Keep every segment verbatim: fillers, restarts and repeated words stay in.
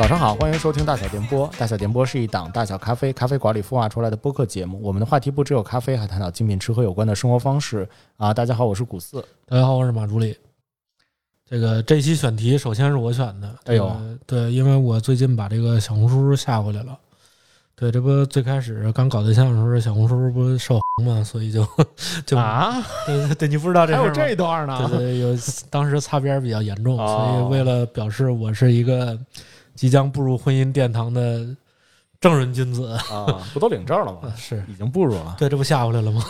早上好，欢迎收听大小电波。大小电波是一档大小咖啡咖啡馆里孵化出来的播客节目，我们的话题不只有咖啡，还谈到精品吃喝有关的生活方式啊。大家好，我是古四。 大家好，我是马助理。这个这期选题首先是我选的， 哎呦， 对，因为我最近把这个小红书下回来了。对，这不最开始刚搞对象的时候，小红书不是受红嘛，所以就就啊， 对对，你不知道这事吗？ 还有这一段呢？ 对对，有当时擦边比较严重，哦、所以为了表示我是一个即将步入婚姻殿堂的正人君子啊，不都领证了吗？ 是， 已经步入了。 对，这不下回来了吗？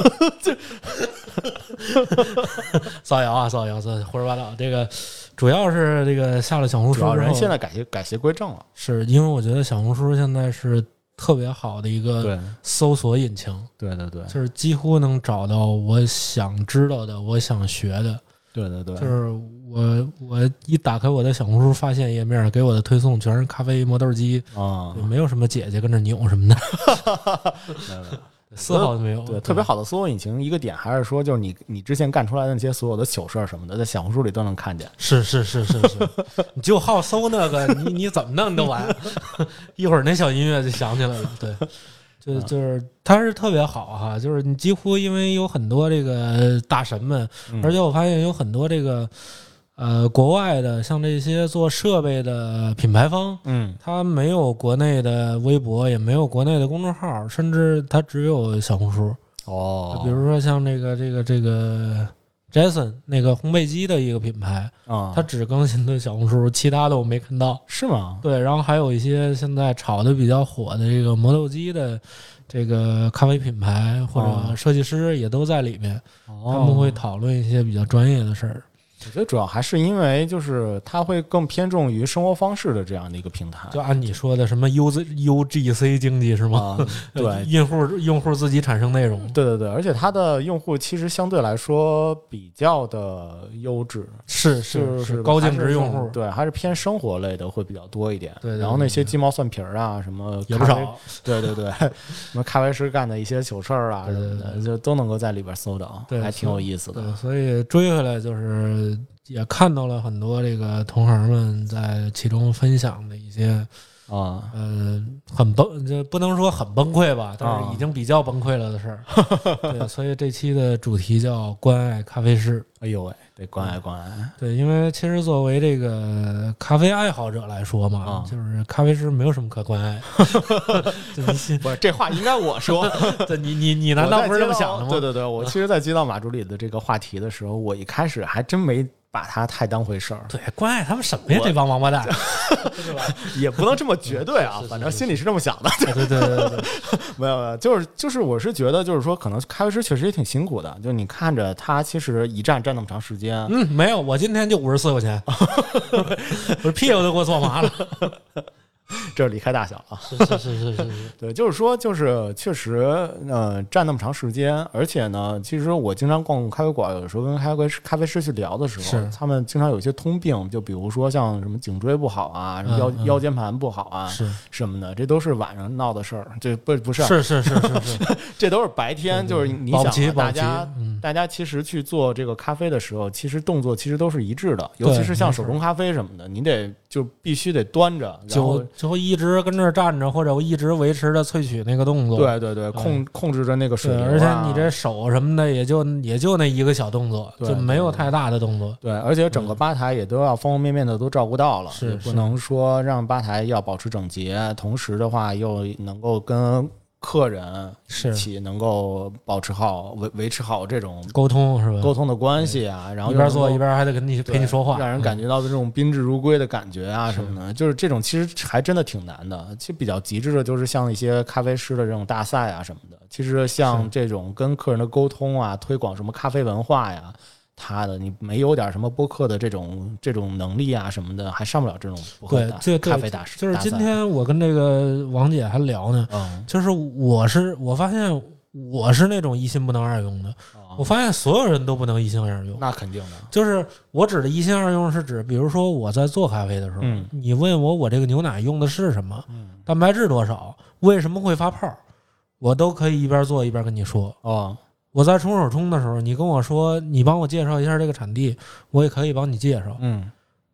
造谣啊，造谣，这胡说八道。这个主要是这个下了小红书之后， 人现在改邪改邪归正了， 是因为我觉得小红书现在是特别好的一个搜索引擎， 对对对， 就是几乎能找到我想知道的，我想学的。 对对对， 就是我我一打开我的小红书发现页面，给我的推送全是咖啡磨豆机啊，没有什么姐姐跟着扭什么的， 没有没有。 丝毫都没有。 对，特别好的搜索引擎，一个点还是说，就是你你之前干出来的那些所有的糗事什么的，在小红书里都能看见。 是是是是是，你就好搜那个，你你怎么弄都完。一会儿那小音乐就响起来了。对，就就是它是特别好哈，就是你几乎因为有很多这个大神们， 嗯、 而且我发现有很多这个。呃，国外的像这些做设备的品牌方， 嗯， 它没有国内的微博，也没有国内的公众号，甚至它只有小红书。 哦， 比如说像这个这个这个 Jason 那个烘焙机的一个品牌啊， 它只更新的小红书，其他的我没看到。 是吗？ 对，然后还有一些现在炒的比较火的这个磨豆机的这个咖啡品牌或者设计师也都在里面， 哦、 他们会讨论一些比较专业的事儿。 我觉得主要还是因为就是它会更偏重于生活方式的这样的一个平台， 就按你说的什么 U U G C 经济是吗？ 啊、对， 用户用户自己产生内容， 对对对，而且它的用户其实相对来说比较的优质， 是是是高净值用户， 对，还是偏生活类的会比较多一点。 对， 然后那些鸡毛蒜皮儿啊，什么也不少， 对对对，什么咖啡师干的一些糗事儿啊什么的，就都能够在里边搜到， 对， 还挺有意思的。 对，所以追回来就是也看到了很多这个同行们在其中分享的一些啊， 呃，很崩，就不能说很崩溃吧，但是已经比较崩溃了的事儿。啊、对，所以这期的主题叫关爱咖啡师。 哎呦喂，得关爱关爱。 对，因为其实作为这个咖啡爱好者来说嘛， 啊、 就是咖啡师没有什么可关爱。 不是，这话应该我说。 对，你你你难道不是这么想的吗？ 对对对，我其实，在接到马助理的这个话题的时候，我一开始还真没把他太当回事儿。 对，关爱他们什么呀？这帮王八蛋， 是吧？也不能这么绝对啊，反正心里是这么想的。 对对对对对， 没有没有，就是就是，我是觉得，就是说，可能咖啡师确实也挺辛苦的。就你看着他，其实一站站那么长时间。 嗯，没有，我今天就五十四块钱，我屁股都给我坐麻了。 这是离开大小啊， 是是是是是， 对，就是说，就是确实，呃，站那么长时间，而且呢，其实我经常逛咖啡馆，有的时候跟咖啡咖啡师去聊的时候，他们经常有一些通病，就比如说像什么颈椎不好啊，什么腰、嗯、腰间盘不好啊， 是什么的，这都是晚上闹的事儿，这不不是是是是是是， 这都是白天，就是你想、啊、大家、 嗯、 大家其实去做这个咖啡的时候，其实动作其实都是一致的，尤其是像手冲咖啡什么的，你得就必须得端着，然后就就一直跟这儿站着，或者我一直维持着萃取那个动作。 对对对，控、嗯、控制着那个水流、啊， 而且你这手什么的，也就也就那一个小动作，就没有太大的动作。 对，而且整个吧台也都要方方面面的都照顾到了， 是、嗯、 不能说让吧台要保持整洁，同时的话又能够跟客人一起能够保持好维维持好这种沟通是吧？ 沟通的关系啊，然后一边做一边还得跟你陪你说话， 让人感觉到这种宾至如归的感觉啊什么的，就是这种其实还真的挺难的。其实比较极致的就是像一些咖啡师的这种大赛啊什么的，其实像这种跟客人的沟通啊，推广什么咖啡文化呀。他的你没有点什么播客的这种这种能力啊什么的，还上不了这种播客大咖啡大师。 就是今天我跟这个王姐还聊呢， 嗯， 就是我是我发现我是那种一心不能二用的， 哦、 我发现所有人都不能一心二用。 那肯定的， 就是我指的一心二用是指，比如说我在做咖啡的时候， 嗯、 你问我我这个牛奶用的是什么， 嗯、 蛋白质多少，为什么会发泡，我都可以一边做一边跟你说。 哦。 我在冲手冲的时候，你跟我说你帮我介绍一下这个产地，我也可以帮你介绍。 嗯，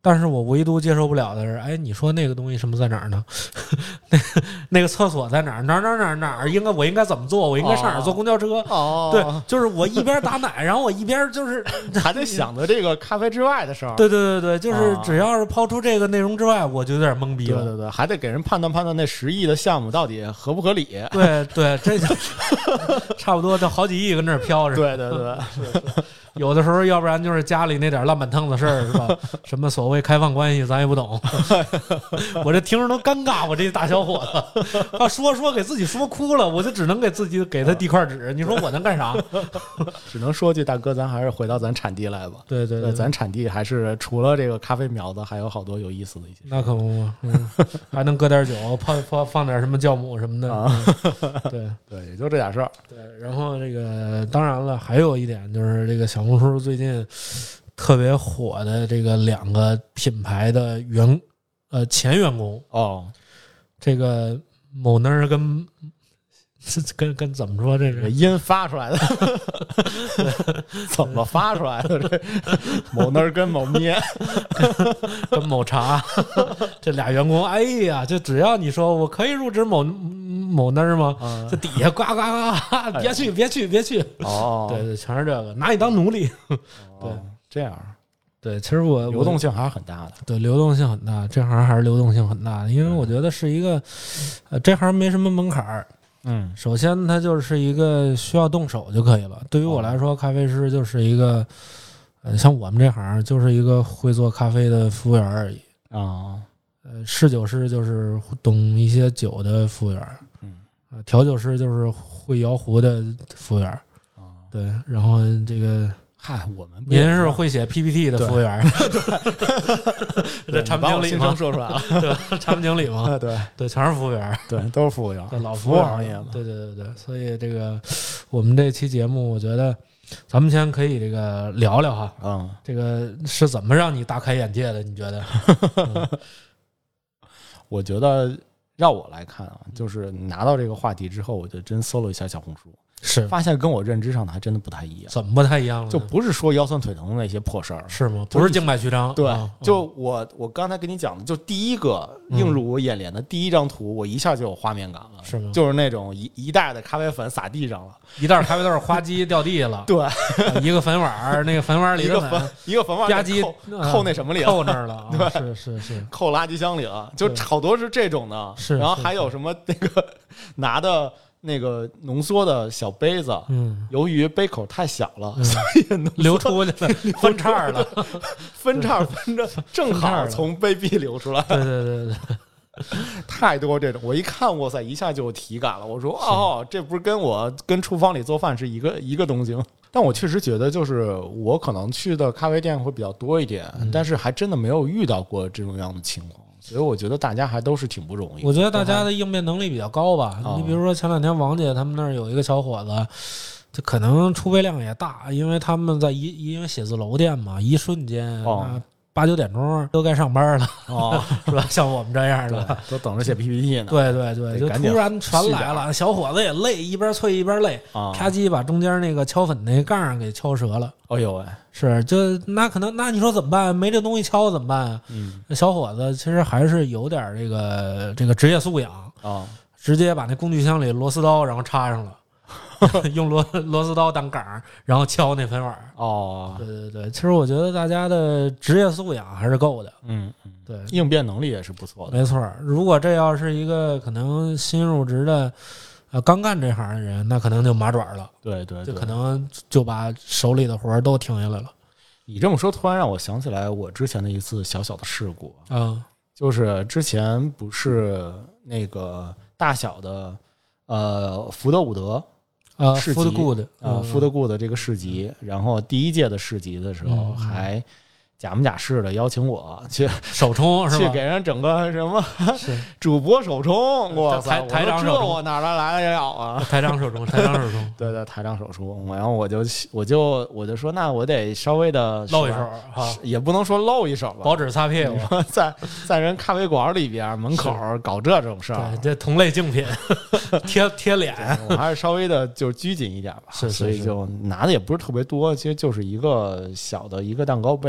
但是我唯独接受不了的是，哎，你说那个东西什么在哪儿呢？那那个厕所在哪儿？哪儿哪儿哪儿哪儿？应该我应该怎么做？我应该上哪儿坐公交车？ 哦， 对，就是我一边打奶，然后我一边就是还得想着这个咖啡之外的事儿。 对对对对，就是只要是抛出这个内容之外，我就有点懵逼了。 对对对，还得给人判断判断那十亿的项目到底合不合理。 对对，这就差不多就好几亿跟那儿飘着。 对对对， 是是有的时候，要不然就是家里那点烂板凳子事儿，是吧？什么所谓开放关系，咱也不懂。我这听着都尴尬，我这大小伙子，啊，说说给自己说哭了，我就只能给自己给他递块纸。你说我能干啥？ 只能说句大哥，咱还是回到咱产地来吧。 对对 对, 对，咱产地还是除了这个咖啡苗子，还有好多有意思的一些。 那可不嘛，嗯，还能搁点酒，泡泡放点什么酵母什么的。 啊、 嗯、对对，也就这点事儿。 对，然后这个当然了，还有一点就是这个小红书最近特别火的这个两个品牌的员呃前员工哦， 这个某那儿跟跟跟怎么说这是音发出来的，怎么发出来的？这某那儿跟某咩跟某茶这俩员工，哎呀，就只要你说我可以入职某某那儿吗？ 嗯、 这底下呱呱呱，别去别去别去！ 哦， 对对，全是这个，拿你当奴隶。 哦、 对， 这样。 对，其实我流动性还是很大的。 对，流动性很大，这行还是流动性很大的，因为我觉得是一个，呃，这行没什么门槛儿。 嗯， 首先它就是一个需要动手就可以了。对于我来说，咖啡师就是一个，呃，像我们这行就是一个会做咖啡的服务员而已啊。 呃，侍酒师就是懂一些酒的服务员， 嗯， 呃，调酒师就是会摇壶的服务员， 啊， 对，然后这个。 嗨，我们您是会写 P P T 的服务员，这产品经理吗？ 说出来了， 对，产品经理吗？ 对对，全是服务员， 对，都是服务员， 对，老服务行业嘛。 对对对对，所以这个我们这期节目，我觉得咱们先可以这个聊聊哈， 嗯， 这个是怎么让你大开眼界的？你觉得？嗯、 我觉得让我来看啊，就是拿到这个话题之后，我就真搜了一下小红书。 是发现跟我认知上的还真的不太一样。 怎么不太一样了？ 就不是说腰酸腿疼的那些破事儿， 是吗？不是静脉曲张。 对， 哦、 就我我刚才跟你讲的，就第一个映入我眼帘的第一张图，嗯、我一下就有画面感了， 是吗？ 就是那种一一袋的咖啡粉撒地上了， 一袋咖啡豆花机掉地了， 对， 一个粉碗，那个粉碗里的粉，一个粉碗吧唧扣那什么里了， 扣那儿了， 对， 是是是， 扣垃圾箱里了，就好多是这种的， 是， 然后还有什么那个拿的。那个浓缩的小杯子， 嗯， 由于杯口太小了， 嗯、 所以流出去了，分叉了， 分叉分着正好从杯壁流出来。 对对对对， 太多这种，我一看，哇塞，一下就有体感了。我说，哦，这不是跟我跟厨房里做饭是一个一个东西吗？但我确实觉得，就是我可能去的咖啡店会比较多一点， 嗯、 但是还真的没有遇到过这种样的情况。所以我觉得大家还都是挺不容易的。 我觉得大家的应变能力比较高吧。 哦、 你比如说前两天王姐他们那儿有一个小伙子，就可能出杯量也大，因为他们在一因为写字楼店嘛，一瞬间哦八九点钟都该上班了， 哦， 是吧？像我们这样的， 都等着写 P P T 呢。 对对对，就突然传来了，小伙子也累，一边啐一边累， 啊、 啪叽把中间那个敲粉那杠给敲折了。 哎呦喂！ 是，就那可能，那你说怎么办？没这东西敲怎么办啊？ 嗯， 小伙子其实还是有点这个这个职业素养啊， 直接把那工具箱里螺丝刀然后插上了。用螺螺丝刀当杆，然后敲那粉碗。 哦， 对对对，其实我觉得大家的职业素养还是够的。 嗯嗯， 对， 应变能力也是不错的。 没错，如果这要是一个可能新入职的，呃，刚干这行的人，那可能就麻爪了。 对对， 就可能就把手里的活都停下来了。 你这么说，突然让我想起来我之前的一次小小的事故啊、嗯， 就是之前不是那个大小的呃福德伍德。 啊市集 ，Food Good 啊 ，Food Good 这个市集，然后第一届的市集的时候， 嗯、 还假模假式的邀请我去首冲，是吧？ 去给人整个什么主播首冲，哇塞！ 台长手冲， 这我哪来来得了啊？ 台长手冲，台长手冲， 对对，台长手冲。然后我就我就我就说，那我得稍微的露一手哈， 也不能说露一手吧， 保纸擦屁股， 在在人咖啡馆里边门口搞这种事儿， 对，这同类竞品贴贴脸， 我还是稍微的就拘谨一点吧， 是， 所以就拿的也不是特别多，其实就是一个小的一个蛋糕杯。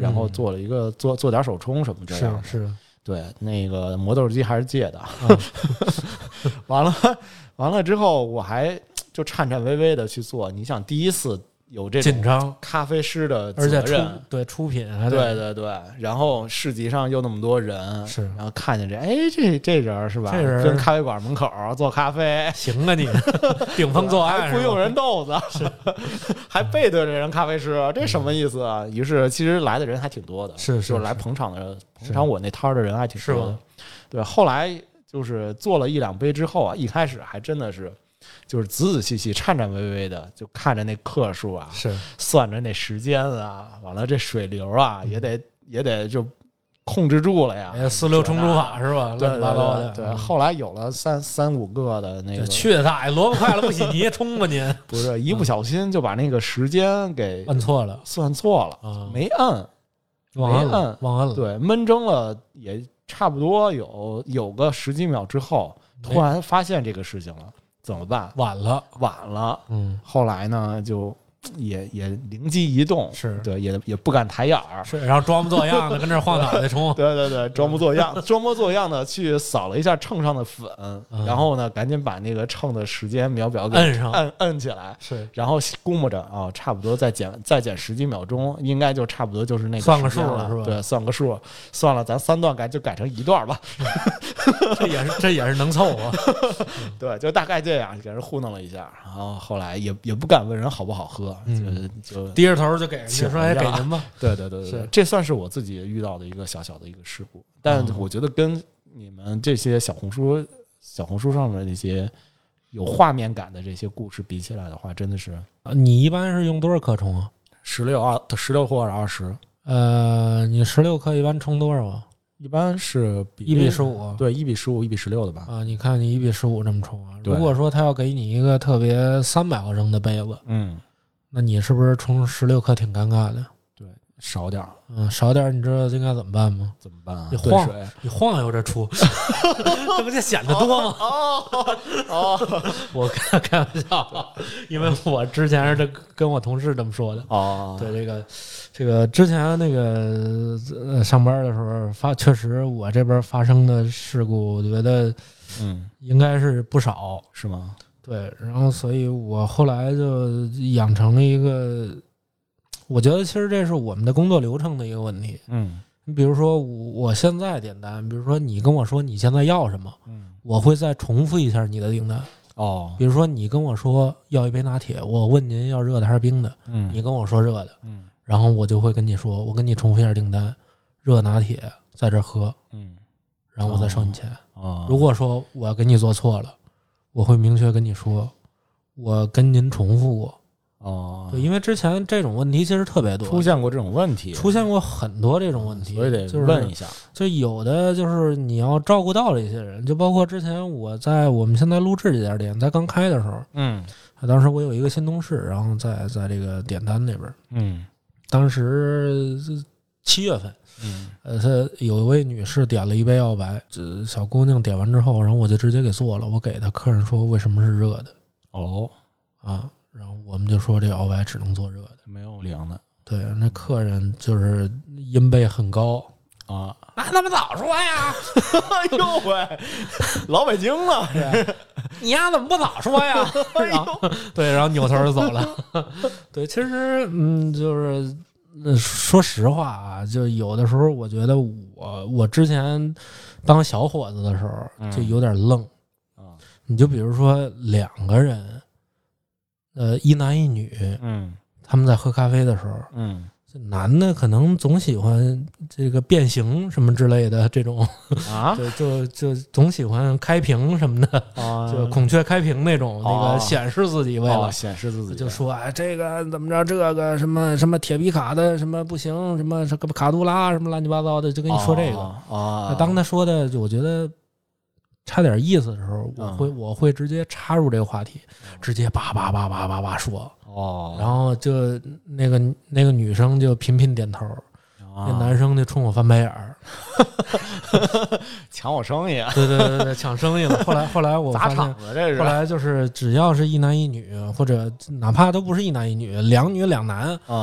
然后做了一个做做点手冲什么这样。 是是， 对，那个磨豆机还是借的。 嗯、 完了完了之后，我还就颤颤巍巍的去做。你想，第一次有这种紧张咖啡师的责任， 而且出对出品还对对对，然后市集上又那么多人， 是， 然后看见这，哎，这这人是吧？ 这人跟咖啡馆门口做咖啡， 行啊你，顶风作案， 还不用人豆子，是，还背对着人咖啡师，这什么意思啊？于是其实来的人还挺多的， 是是， 就是来捧场的捧场我那摊儿的人还挺多的。对，后来就是做了一两杯之后啊，一开始还真的是。就是仔仔细细、颤颤巍巍的，就看着那克数啊， 是算着那时间啊，完了这水流啊，也得也得就控制住了呀。 四六冲煮法是吧？ 对乱七八糟的。 对，后来有了三三五个的那个， 去大爷，萝卜快了不洗泥，冲吧您！ 不是一不小心就把那个时间给按错了， 算错了， 啊、 没按， 忘按了，忘按了。 对，闷蒸了也差不多有有个十几秒之后，突然发现这个事情了。怎么办？ 晚了， 晚了。 嗯， 后来呢，就也也灵机一动， 是对，也也不敢抬眼儿， 是，然后装模作样的跟这晃脑袋冲， 对对对，装模作样，装模作样的去扫了一下秤上的粉， 嗯、 然后呢，赶紧把那个秤的时间秒表给摁上， 摁摁起来， 是， 然后估摸着啊、哦，差不多再减再减十几秒钟，应该就差不多就是那个算个数了， 是吧？ 对，算个数，算了，咱三段改就改成一段吧， 这也是这也是能凑合， 对，就大概这样给人糊弄了一下，然后后来也也不敢问人好不好喝， 嗯、 就就低着头就给人家说，哎，给您吧， 对对对对，这算是我自己遇到的一个小小的一个事故，但我觉得跟你们这些小红书小红书上的那些有画面感的这些故事比起来的话，真的是。 你一般是用多少克冲啊？ 十六二十六或者二十。 呃，你十六克一般冲多少啊？ 一般是比一比十五， 对，一比十五，一比十六的吧。 啊，你看你一比十五这么冲啊。如果说他要给你一个特别三百毫升的杯子， 嗯， 那你是不是冲十六克挺尴尬的？ 对，少点儿， 嗯，少点儿，你知道应该怎么办吗？ 怎么办啊？ 你晃，你晃悠着出，这不就显得多吗？ 哦哦， 我开开玩笑，因为我之前是这跟我同事这么说的。 哦， 对这个。这个之前那个呃上班的时候发，确实我这边发生的事故，我觉得嗯应该是不少， 是吗？ 对，然后所以我后来就养成了一个，我觉得其实这是我们的工作流程的一个问题。 嗯， 你比如说我现在点单，比如说你跟我说你现在要什么， 嗯， 我会再重复一下你的订单。 哦， 比如说你跟我说要一杯拿铁，我问您要热的还是冰的， 嗯， 你跟我说热的， 嗯。 然后我就会跟你说，我跟你重复一下订单，热拿铁在这喝， 嗯， 然后我再收你钱。 哦， 如果说我给你做错了，我会明确跟你说，我跟您重复过。 哦， 对，因为之前这种问题其实特别多， 出现过这种问题， 出现过很多这种问题， 所以得问一下。 就有的就是你要照顾到这些人，就包括之前我在我们现在录制这家店在刚开的时候， 嗯， 当时我有一个新同事，然后在在这个点单那边， 嗯。 当时七月份， 嗯， 呃，他有一位女士点了一杯澳白，这小姑娘点完之后，然后我就直接给做了，我给她客人说为什么是热的， 哦， 啊，然后我们就说这个澳白只能做热的， 没有凉的。 对，那客人就是音贝很高啊， 那他妈早说呀！ 哎呦喂，老北京了， 你丫怎么不早说呀？然后对，然后扭头就走了。对，其实嗯，就是呃，说实话啊，就有的时候我觉得我我之前当小伙子的时候就有点愣啊、嗯。 你就比如说两个人，呃，一男一女， 嗯， 他们在喝咖啡的时候， 嗯。 男的可能总喜欢这个变形什么之类的这种啊， 就就就总喜欢开屏什么的啊，就孔雀开屏那种，那个显示自己，为了显示自己， 就说哎这个怎么着，这个什么什么铁皮卡的什么不行，什么什么卡杜拉什么乱七八糟的，就跟你说这个啊。 当他说的，就我觉得差点意思的时候，我会我会直接插入这个话题，直接叭叭叭叭叭叭说。 哦， 然后就那个那个女生就频频点头， 啊、 那男生就冲我翻白眼儿， 抢我生意， 对对对对，抢生意了。后来后来我发现， 砸场子这是。 后来就是只要是一男一女，或者哪怕都不是一男一女，两女两男啊，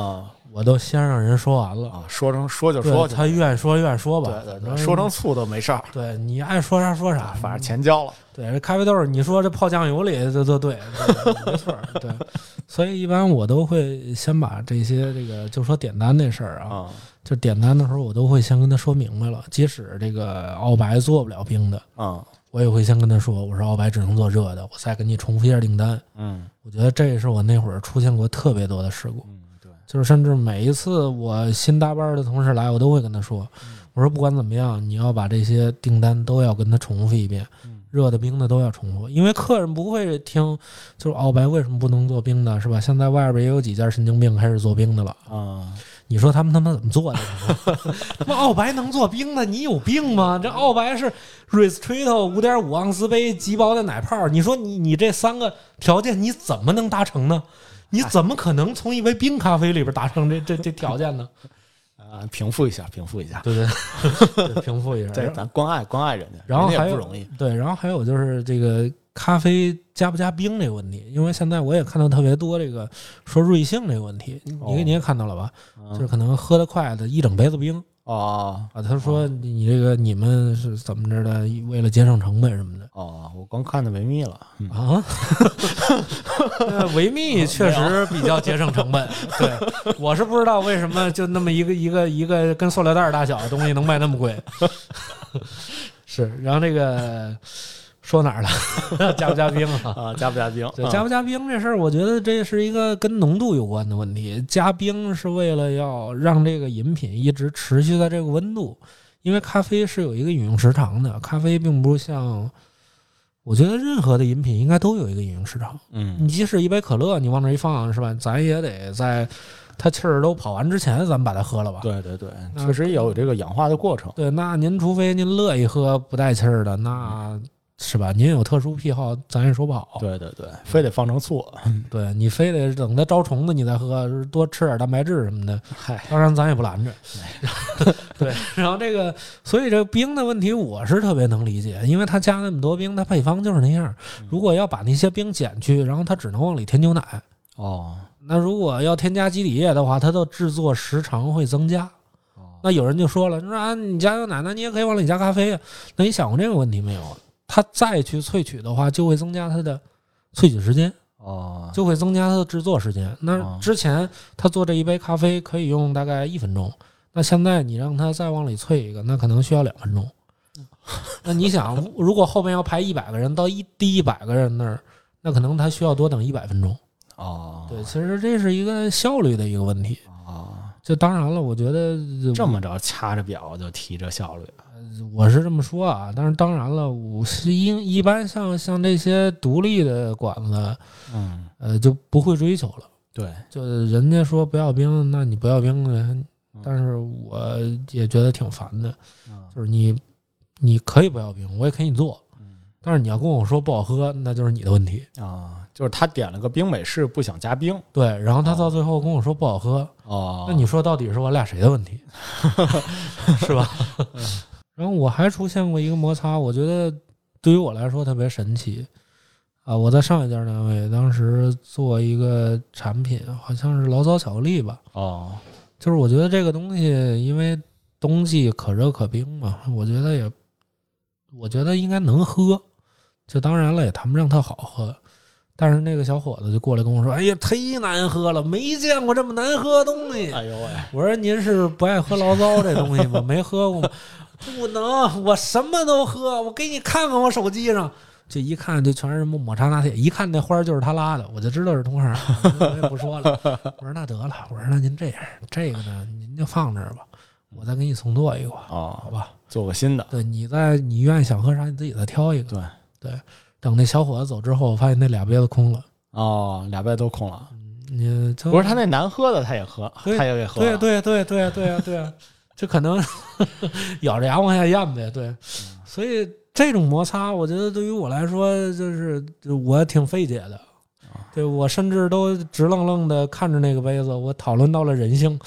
我都先让人说完了啊，说成说就说就， 他愿意说愿意说吧， 对对对，说成醋都没事儿， 对你爱说啥说啥， 反正钱交了。 对，这咖啡豆你说这泡酱油里这都对，对没错，对，所以一般我都会先把这些这个就说点单那事儿啊。 嗯就点单的时候，我都会先跟他说明白了。即使这个澳白做不了冰的， 嗯， 我也会先跟他说，我说澳白只能做热的，我再跟你重复一下订单。 嗯， 我觉得这也是我那会儿出现过特别多的事故。 嗯，对， 就是甚至每一次我新搭班的同事来，我都会跟他说，我说不管怎么样，你要把这些订单都要跟他重复一遍，热的冰的都要重复，因为客人不会听，就是澳白为什么不能做冰的，是吧？现在外边也有几家神经病开始做冰的了啊。 你说他们他妈怎么做的？他妈澳白能做冰的？你有病吗？这澳白是 Ristretto 五点五盎司杯极薄的奶泡，你说你你这三个条件你怎么能达成呢？你怎么可能从一杯冰咖啡里边达成这这这条件呢？ 啊，平复一下，平复一下， 对对，对平复一下， 对，咱关爱关爱人家， 然后还有不容易， 对，然后还有就是这个咖啡加不加冰这个问题，因为现在我也看到特别多这个说瑞幸这个问题，你你也看到了吧？ 哦、 就是可能喝得快的一整杯子冰哦啊，他说你这个你们是怎么着的？为了节省成本什么的哦，我光看的维密了、嗯、 啊，维密确实比较节省成本，对，我是不知道为什么就那么一个一个一个跟塑料袋大小的东西能卖那么贵，是，然后这个。说哪儿了？加不加冰啊？ 啊，加不加冰？ 对，加不加冰这事儿，我觉得这是一个跟浓度有关的问题。加冰是为了要让这个饮品一直持续在这个温度，因为咖啡是有一个饮用时长的。咖啡并不像，我觉得任何的饮品应该都有一个饮用时长。 嗯， 你即使一杯可乐，你往那一放，是吧？咱也得在它气儿都跑完之前，咱们把它喝了吧？ 对对对，确实也有这个氧化的过程。 对，那您除非您乐意喝不带气儿的，那。是吧？您有特殊癖好，咱也说不好。 对对对，非得放成醋， 对你非得等它招虫子你再喝，多吃点蛋白质什么的。 嗨， 当然咱也不拦着。对，然后这个，所以这个冰的问题我是特别能理解，因为它加那么多冰，它配方就是那样。如果要把那些冰减去，然后它只能往里添牛奶。 哦， 那如果要添加基底液的话，它的制作时长会增加。那有人就说了，说啊，你加牛奶，那你也可以往里加咖啡啊。那你想过这个问题没有？它再去萃取的话，就会增加它的萃取时间， 哦， 就会增加它的制作时间。那之前他做这一杯咖啡可以用大概一分钟，那现在你让他再往里萃一个，那可能需要两分钟。那你想，如果后面要排一百个人到一第一百个人那儿，那可能他需要多等一百分钟。 哦， 对，其实这是一个效率的一个问题。 哦， 就当然了，我觉得这么着掐着表就提这效率。 我是这么说啊，但是当然了，我是一一般像像这些独立的馆子， 嗯， 呃，就不会追求了。 对， 就人家说不要冰，那你不要冰的，但是我也觉得挺烦的，就是你你可以不要冰，我也可以你做，但是你要跟我说不好喝，那就是你的问题啊。就是他点了个冰美式，不想加冰， 对，然后他到最后跟我说不好喝， 哦， 那你说到底是我俩谁的问题，是吧？然后我还出现过一个摩擦，我觉得对于我来说特别神奇啊！我在上一家单位，当时做一个产品，好像是醪糟巧克力吧。 哦， 就是我觉得这个东西，因为冬季可热可冰嘛，我觉得也，我觉得应该能喝。就当然了，也谈不上特好喝。但是那个小伙子就过来跟我说：“哎呀，忒难喝了，没见过这么难喝的东西。” 哎呦喂！ 我说：“您是不爱喝醪糟这东西吗？没喝过吗？”不能，我什么都喝，我给你看看我手机上，这一看就全是抹茶拿铁，一看那花就是他拉的，我就知道是同行，我也不说了。我说那得了，我说那您这样，这个呢您就放这儿吧，我再给你重做一个吧， 哦， 好吧， 做个新的。 对，你再你愿意想喝啥，你自己再挑一个。 对对，等那小伙子走之后，我发现那俩杯子空了。 哦，俩杯都空了。 你不是他那难喝的他也喝，他也给喝。 对对对对对啊对啊。这可能咬着牙往下咽呗，对，所以这种摩擦，我觉得对于我来说，就是我挺费解的。对，我甚至都直愣愣的看着那个杯子，我讨论到了人性，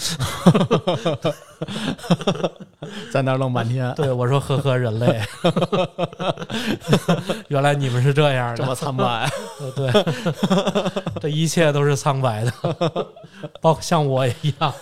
在那儿愣半天。 对，我说呵呵，人类，原来你们是这样的， 这么苍白。 对，这一切都是苍白的，包括像我也一样。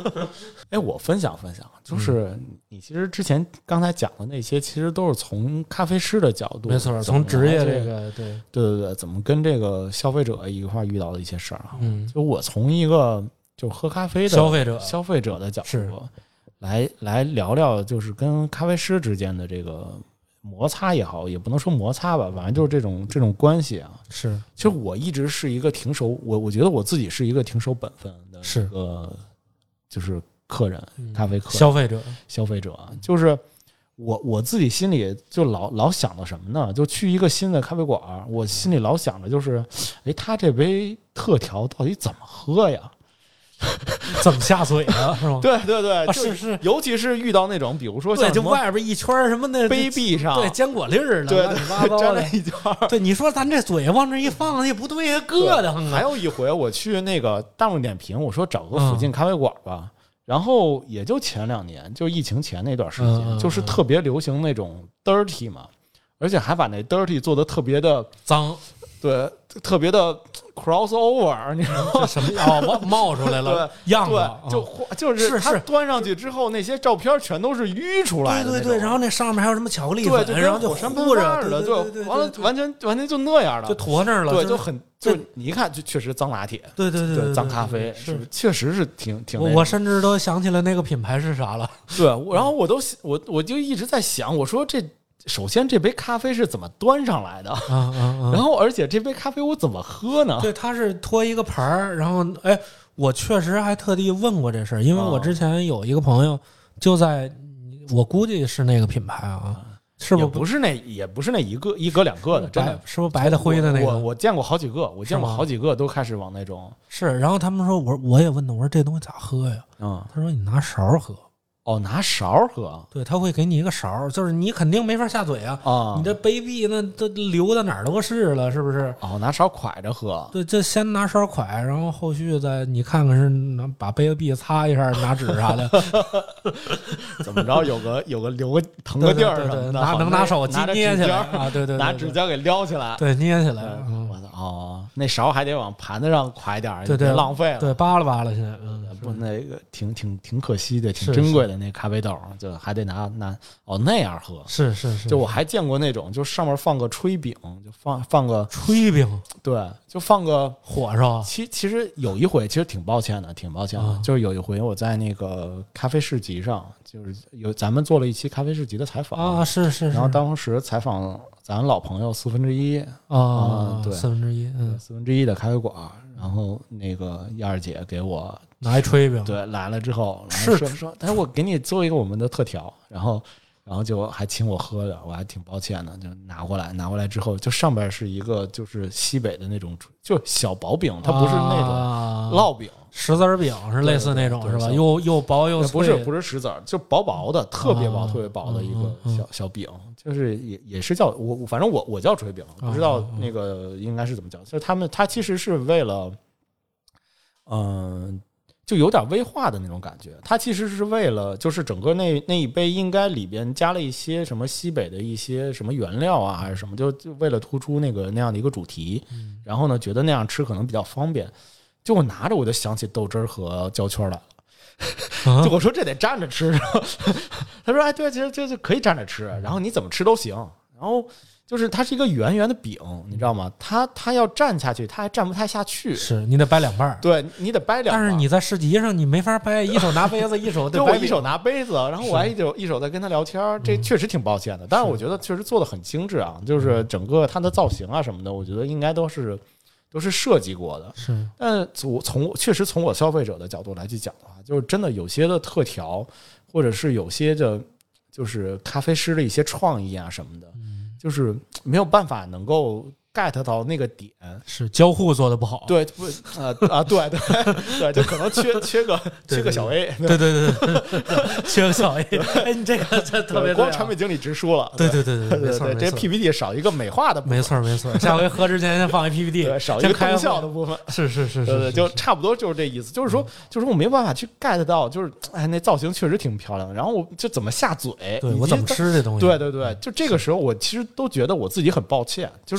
哎，我分享分享，就是你其实之前刚才讲的那些，其实都是从咖啡师的角度， 没错，从职业这个，对对对对，怎么跟这个消费者一块遇到的一些事儿啊。 嗯， 就我从一个就喝咖啡的消费者消费者的角度来来聊聊，就是跟咖啡师之间的这个摩擦也好，也不能说摩擦吧，反正就是这种这种关系啊。 是， 其实我一直是一个挺守我，我觉得我自己是一个挺守本分的一个，就是客人，咖啡客人、 消费者， 消费者，就是我我自己心里就老老想着什么呢？就去一个新的咖啡馆，我心里老想着就是，哎，他这杯特调到底怎么喝呀？ 怎么下嘴啊？是吗？ 对对对， 啊、是是， 尤其是遇到那种，比如说像就外边一圈什么的杯壁上， 对坚果粒儿的， 对乱七八糟的一圈。 对，你说咱这嘴往这一放，也不对呀，硌得慌啊。 还有一回我去那个大众点评，我说找个附近咖啡馆吧。嗯，然后也就前两年，就疫情前那段时间， 嗯、 就是特别流行那种 dirty 嘛，而且还把那 dirty 做的特别的脏， 对，特别的 crossover， 你知道吗？ 什么哦，冒出来了，样子就就是它端上去之后，那些照片全都是淤出来的， 对对对，然后那上面还有什么巧克力粉， 对， 然后就糊着的， 对， 完了完全完全就那样的， 就坨那儿了， 对，就很。就你一看，就确实脏拿铁， 对对对， 脏咖啡是确实是挺挺。 我甚至都想起了那个品牌是啥了。 对，然后我都我我就一直在想，我说这首先这杯咖啡是怎么端上来的？ 啊啊啊！ 然后而且这杯咖啡我怎么喝呢？ 对，它是托一个盘儿，然后哎，我确实还特地问过这事儿，因为我之前有一个朋友就在，我估计是那个品牌啊。是不也不是那也不是那一个一个两个的，真的是不是白的灰的那个？ 我我见过好几个，我见过好几个都开始往那种是。然后他们说，我我也问他，我说这东西咋喝呀？ 嗯， 他说你拿勺喝。 哦，拿勺喝， 对，他会给你一个勺，就是你肯定没法下嘴啊， 啊， 你这杯壁那都流到哪儿都是了，是不是？ 哦，拿勺蒯着喝， 对，这先拿勺蒯，然后后续再你看看是拿把杯壁擦一下，拿纸啥的， 怎么着有个有个留个腾个地儿什么的， 拿能拿手机捏起来啊，对对， 拿指甲给撩起来， 对，捏起来。 我操，哦，那勺还得往盘子上蒯点， 对对， 浪费了， 对，扒拉扒拉去，嗯， 不，那个挺挺挺可惜的，挺珍贵的那咖啡豆。就还得拿拿哦那样喝， 是是是， 就我还见过那种，就上面放个炊饼，就放放个炊饼， 对，就放个火烧。 其其实有一回，其实挺抱歉的，挺抱歉的， 啊、 就是有一回我在那个咖啡市集上，就是有咱们做了一期咖啡市集的采访啊，是是是， 然后当时采访咱老朋友四分之一啊， 对， 四分之一，嗯， 四分之一的咖啡馆，然后那个燕儿姐给我。 拿一炊饼， 对，来了之后是说说，但是我给你做一个我们的特调，然后，然后就还请我喝的，我还挺抱歉的，就拿过来，拿过来之后，就上边是一个就是西北的那种，就小薄饼，它不是那种烙饼， 啊、石子饼是类似那种是吧？又又薄又脆， 不是不是石子儿，就薄薄的，特别薄、啊、特别薄的一个小、嗯、小饼，就是也也是叫我，反正我我叫炊饼，不知道那个应该是怎么叫，就是他们它其实是为了，嗯、呃。就有点微化的那种感觉，它其实是为了，就是整个那那一杯应该里边加了一些什么西北的一些什么原料啊，还是什么，就就为了突出那个那样的一个主题。然后呢，觉得那样吃可能比较方便，就我拿着我就想起豆汁儿和焦圈来了。就我说这得蘸着吃，他说哎对，其实这就可以蘸着吃，然后你怎么吃都行，然后。就是它是一个圆圆的饼，你知道吗？它它要蘸下去，它还蘸不太下去。 是你得掰两半， 对你得掰两半。 但是你在市集上你没法掰，一手拿杯子，一手对我一手拿杯子，然后我还一手一手在跟他聊天，这确实挺抱歉的。但是我觉得确实做的很精致啊，就是整个它的造型啊什么的，我觉得应该都是都是设计过的。 是， 但从从确实从我消费者的角度来去讲的话，就是真的有些的特调，或者是有些的，就是咖啡师的一些创意啊什么的。就是没有办法能够 get 到那个点， 是交互做的不好， 对不啊啊对对对，就可能缺缺个缺个小 A， 对对对对，缺个小 A， 哎，你这个这特别光产品经理直说了， 对对对对对对，这 P P T 少一个美化的部分， 没错没错，下回喝之前先放一 P P T， 少一个动效的部分， 是是是是，就差不多就是这意思，就是说就是我没办法去 get 到，就是哎那造型确实挺漂亮的，然后我就怎么下嘴， 对我怎么吃这东西， 对对对，就这个时候我其实都觉得我自己很抱歉，就是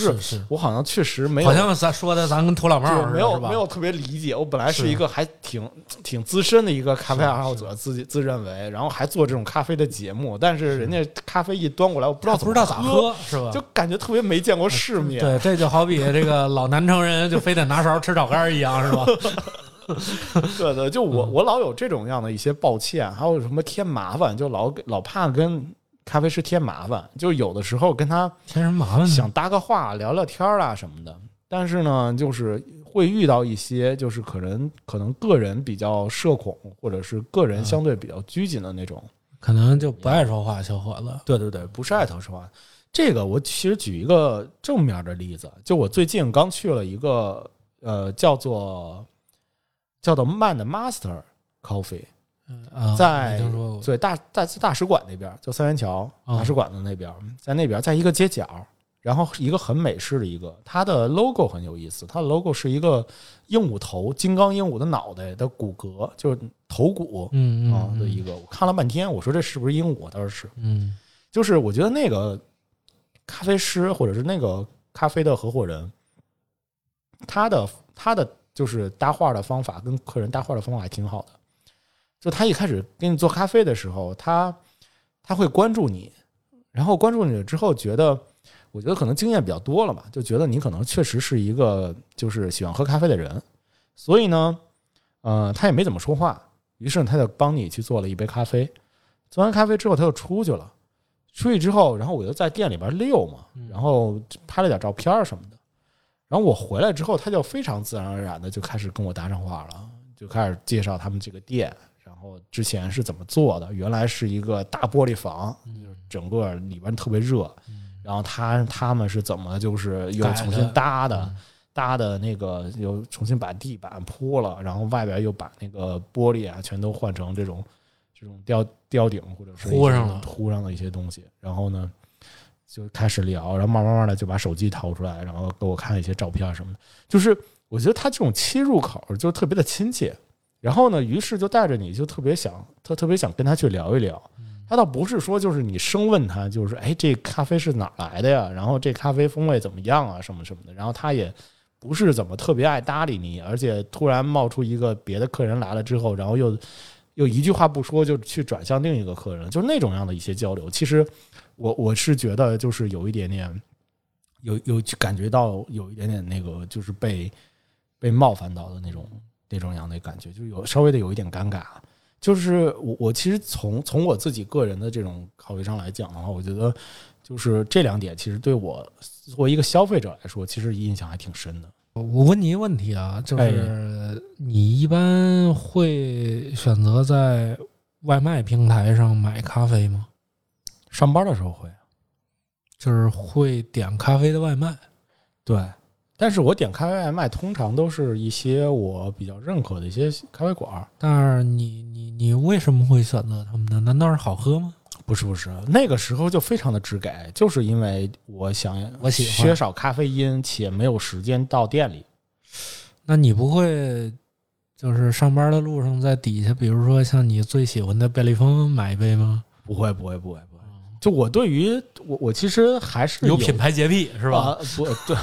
我好像确实没有， 好像咱说的咱跟土老帽似的， 没有是吧没有特别理解。我本来是一个还挺挺资深的一个咖啡爱好者，自己自认为，然后还做这种咖啡的节目，但是人家咖啡一端过来，我不知道不知道咋喝，是吧？ 就感觉特别没见过世面。 对，这就好比这个老南城人就非得拿勺吃炒肝一样，是吧？ 对对，就我我老有这种样的一些抱歉，还有什么添麻烦，就老老怕跟咖啡师添麻烦，就有的时候跟他添什么麻烦？ 想搭个话聊聊天啊什么的，但是呢，就是会遇到一些就是可能可能个人比较社恐，或者是个人相对比较拘谨的那种， 可能就不爱说话，小伙子。 对对对，不是爱说话。这个我其实举一个正面的例子，就我最近刚去了一个呃叫做叫做慢的 Master Coffee。 啊、 在说对大大大使馆那边，就三元桥大使馆的那边，在那边，在一个街角，然后一个很美式的一个，它的 logo 很有意思，它的 logo 是一个鹦鹉头，金刚鹦鹉的脑袋的骨骼，就是头骨， 嗯啊的一个。我看了半天，我说这是不是鹦鹉？他说是， 嗯， 就是我觉得那个咖啡师或者是那个咖啡的合伙人，他的他的就是搭话的方法跟客人搭话的方法还挺好的。就他一开始给你做咖啡的时候，他他会关注你，然后关注你了之后，觉得我觉得可能经验比较多了嘛，就觉得你可能确实是一个就是喜欢喝咖啡的人，所以呢，呃，他也没怎么说话，于是他就帮你去做了一杯咖啡。做完咖啡之后，他就出去了。出去之后，然后我就在店里边溜嘛，然后拍了点照片什么的。然后我回来之后，他就非常自然而然的就开始跟我搭上话了，就开始介绍他们这个店。然后之前是怎么做的？原来是一个大玻璃房，就是整个里边特别热。然后他他们是怎么就是又重新搭的，搭的那个又重新把地板铺了，然后外边又把那个玻璃啊全都换成这种这种雕雕顶或者是糊上了糊上的一些东西。然后呢就开始聊，然后慢慢慢的就把手机掏出来，然后给我看一些照片什么的。就是我觉得他这种切入口就特别的亲切。然后呢，于是就带着你就特别想，他特别想跟他去聊一聊。他倒不是说就是你生问他，就是哎，这咖啡是哪来的呀？然后这咖啡风味怎么样啊？什么什么的。然后他也不是怎么特别爱搭理你，而且突然冒出一个别的客人来了之后，然后又又一句话不说就去转向另一个客人，就是那种样的一些交流。其实我我是觉得就是有一点点，有有感觉到有一点点那个就是被被冒犯到的那种。那种样的感觉，就有稍微的有一点尴尬。就是我我其实从从我自己个人的这种考虑上来讲的话，我觉得就是这两点其实对我作为一个消费者来说，其实印象还挺深的。 我问你一个问题啊，就是你一般会选择在外卖平台上买咖啡吗？ 上班的时候会， 就是会点咖啡的外卖。 对。但是我点咖啡外卖通常都是一些我比较认可的一些咖啡馆。 但是你你你为什么会选择他们呢？难道是好喝吗？ 不是不是，那个时候就非常的直给，就是因为我想我喜欢缺少咖啡因且没有时间到店里。 那你不会就是上班的路上在底下，比如说像你最喜欢的贝利蜂买一杯吗？ 不会不会不会不会。就我对于我我其实还是有, 有品牌洁癖是吧？ 啊、不对，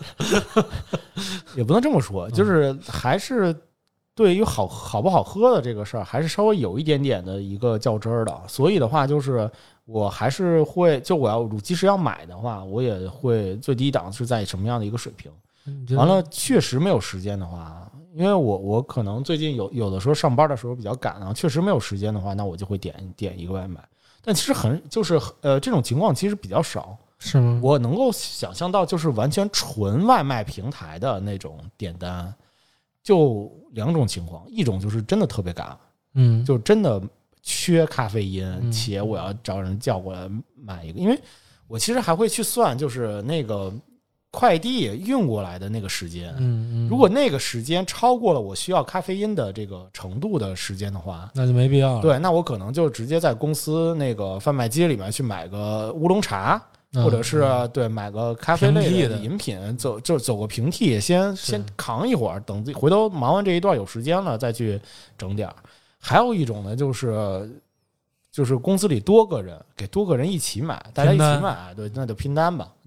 也不能这么说，就是还是对于好好不好喝的这个事儿，还是稍微有一点点的一个较真儿的。所以的话，就是我还是会，就我要即使要买的话，我也会最低档是在什么样的一个水平。完了，确实没有时间的话，因为我我可能最近有有的时候上班的时候比较赶啊，确实没有时间的话，那我就会点点一个外卖。但其实很就是呃这种情况其实比较少， 是吗？ 我能够想象到，就是完全纯外卖平台的那种点单，就两种情况，一种就是真的特别赶， 嗯， 就真的缺咖啡因， 嗯、 且我要找人叫过来买一个，因为我其实还会去算，就是那个快递运过来的那个时间， 嗯嗯， 如果那个时间超过了我需要咖啡因的这个程度的时间的话， 那就没必要了。 对，那我可能就直接在公司那个贩卖机里面去买个乌龙茶， 嗯、 或者是对买个咖啡类的饮品，走就走个平替，先先扛一会儿，等自己回头忙完这一段有时间了再去整点儿。还有一种呢，就是就是公司里多个人给多个人一起买，大家一起买，对，那就拼单吧。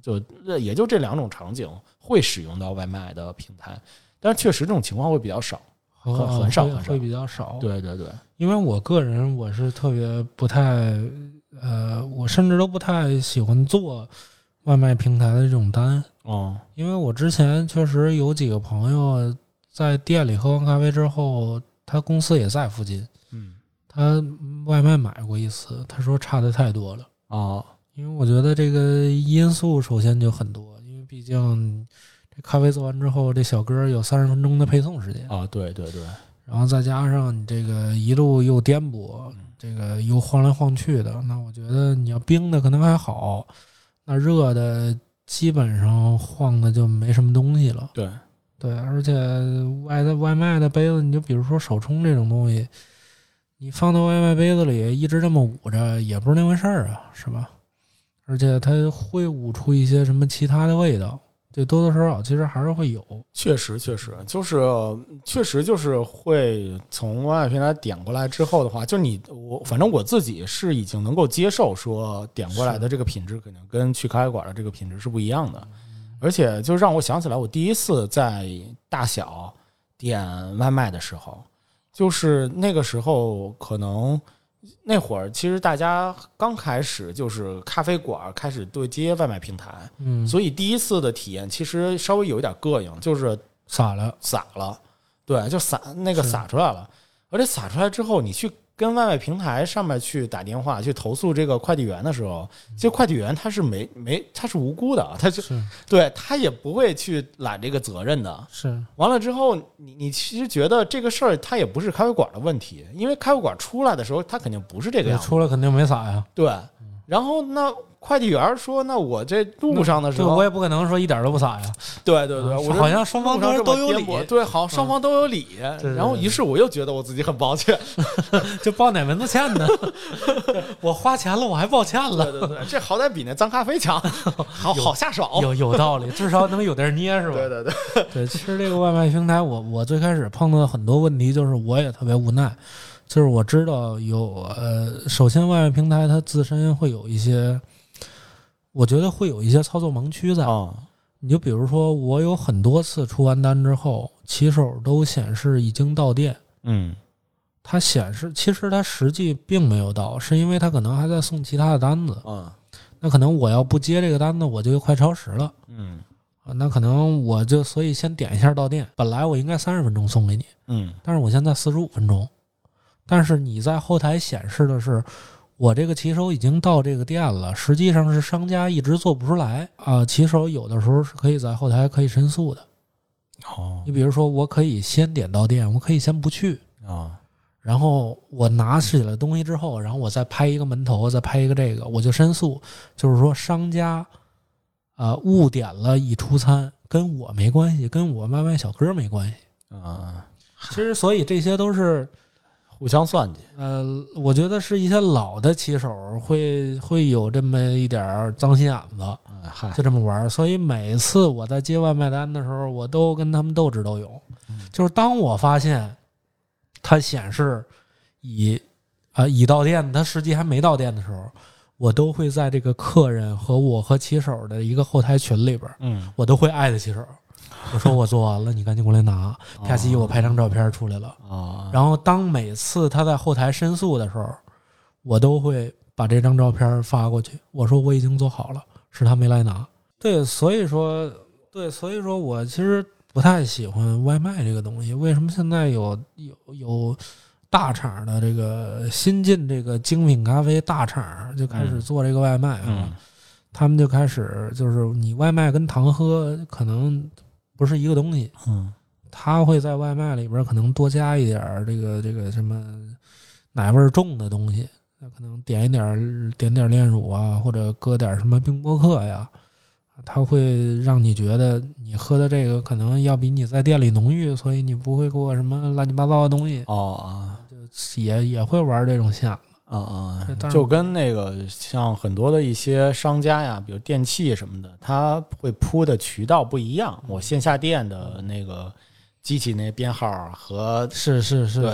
就也就这两种场景会使用到外卖的平台，但是确实这种情况会比较少，很很少很少， 会比较少。 对对对， 因为我个人我是特别不太呃，我甚至都不太喜欢做外卖平台的这种单哦， 因为我之前确实有几个朋友在店里喝完咖啡之后，他公司也在附近， 嗯， 他外卖买过一次，他说差的太多了哦， 因为我觉得这个因素首先就很多，因为毕竟这咖啡做完之后，这小哥有三十分钟的配送时间啊，对对对， 然后再加上你这个一路又颠簸，这个又晃来晃去的，那我觉得你要冰的可能还好，那热的基本上晃的就没什么东西了。 对对，而且外的外卖的杯子，你就比如说手冲这种东西，你放到外卖杯子里一直这么捂着，也不是那回事儿啊，是吧？而且它会捂出一些什么其他的味道，对，多多少少其实还是会有。 确实确实就是确实就是会从外卖平台点过来之后的话，就你我反正我自己是已经能够接受说点过来的这个品质可能跟去咖啡馆的这个品质是不一样的，而且就让我想起来我第一次在大小点外卖的时候，就是那个时候可能那会儿其实大家刚开始就是咖啡馆开始对接外卖平台， 嗯， 所以第一次的体验其实稍微有一点膈应，就是洒了洒了，对，就洒那个洒出来了，而且洒出来之后，你去跟外卖平台上面去打电话去投诉这个快递员的时候，其实快递员他是没没他是无辜的，他就是对他也不会去揽这个责任的。 是完了之后，你你其实觉得这个事儿它也不是咖啡馆的问题，因为咖啡馆出来的时候，它肯定不是这个样子， 出来肯定没洒呀。 对，然后那快递员说：“那我这路上的时候， 我也不可能说一点都不洒呀。” 对对对， 啊、 我好像双方都都有理， 对，好，双方都有理。 嗯、对对对， 然后于是我又觉得我自己很抱歉， 就抱哪门子歉呢？我花钱了，我还抱歉了。 对对对，这好歹比那脏咖啡强，好好下手。 有有道理，至少能有点捏是吧？ 对对对对，其实这个外卖平台，我我最开始碰到很多问题，就是我也特别无奈。就是我知道有呃，首先外卖平台它自身会有一些。我觉得会有一些操作盲区在， 哦、 你就比如说，我有很多次出完单之后，骑手都显示已经到店， 嗯， 它显示其实它实际并没有到，是因为它可能还在送其他的单子， 嗯， 那可能我要不接这个单子，我就快超时了， 嗯， 啊，那可能我就所以先点一下到店，本来我应该三十分钟送给你， 嗯， 但是我现在四十五分钟，但是你在后台显示的是。我这个骑手已经到这个店了，实际上是商家一直做不出来啊、呃。骑手有的时候是可以在后台可以申诉的。 哦， 你比如说，我可以先点到店，我可以先不去啊、哦， 然后我拿起了东西之后，然后我再拍一个门头，再拍一个这个，我就申诉，就是说商家啊、呃、误点了已出餐，跟我没关系，跟我外卖小哥没关系啊。 其实，所以这些都是。 互相算计， 呃，我觉得是一些老的骑手会会有这么一点脏心眼子， 哎、 就这么玩。所以每次我在接外卖单的时候，我都跟他们斗智斗勇。 嗯、 就是当我发现它显示已啊、呃、已到店，它实际还没到店的时候，我都会在这个客人和我和骑手的一个后台群里边， 嗯， 我都会艾特骑手。我说我做完了，你赶紧过来拿。啪叽，我拍张照片出来了。 哦、 然后当每次他在后台申诉的时候，我都会把这张照片发过去。我说我已经做好了，是他没来拿。对，所以说，对，所以说我其实不太喜欢外卖这个东西。为什么现在有有有大厂的这个新进这个精品咖啡大厂就开始做这个外卖啊？ 嗯、 他们就开始就是你外卖跟堂喝可能。不是一个东西， 嗯， 他会在外卖里边可能多加一点这个这个什么奶味重的东西，那可能点一点点点炼乳啊，或者搁点什么冰波克呀，它会让你觉得你喝的这个可能要比你在店里浓郁，所以你不会给我什么乱七八糟的东西。 哦啊， 就也也会玩这种线。 啊啊，就跟那个像很多的一些商家呀，比如电器什么的，它会铺的渠道不一样。我线下店的那个机器那编号和是是是是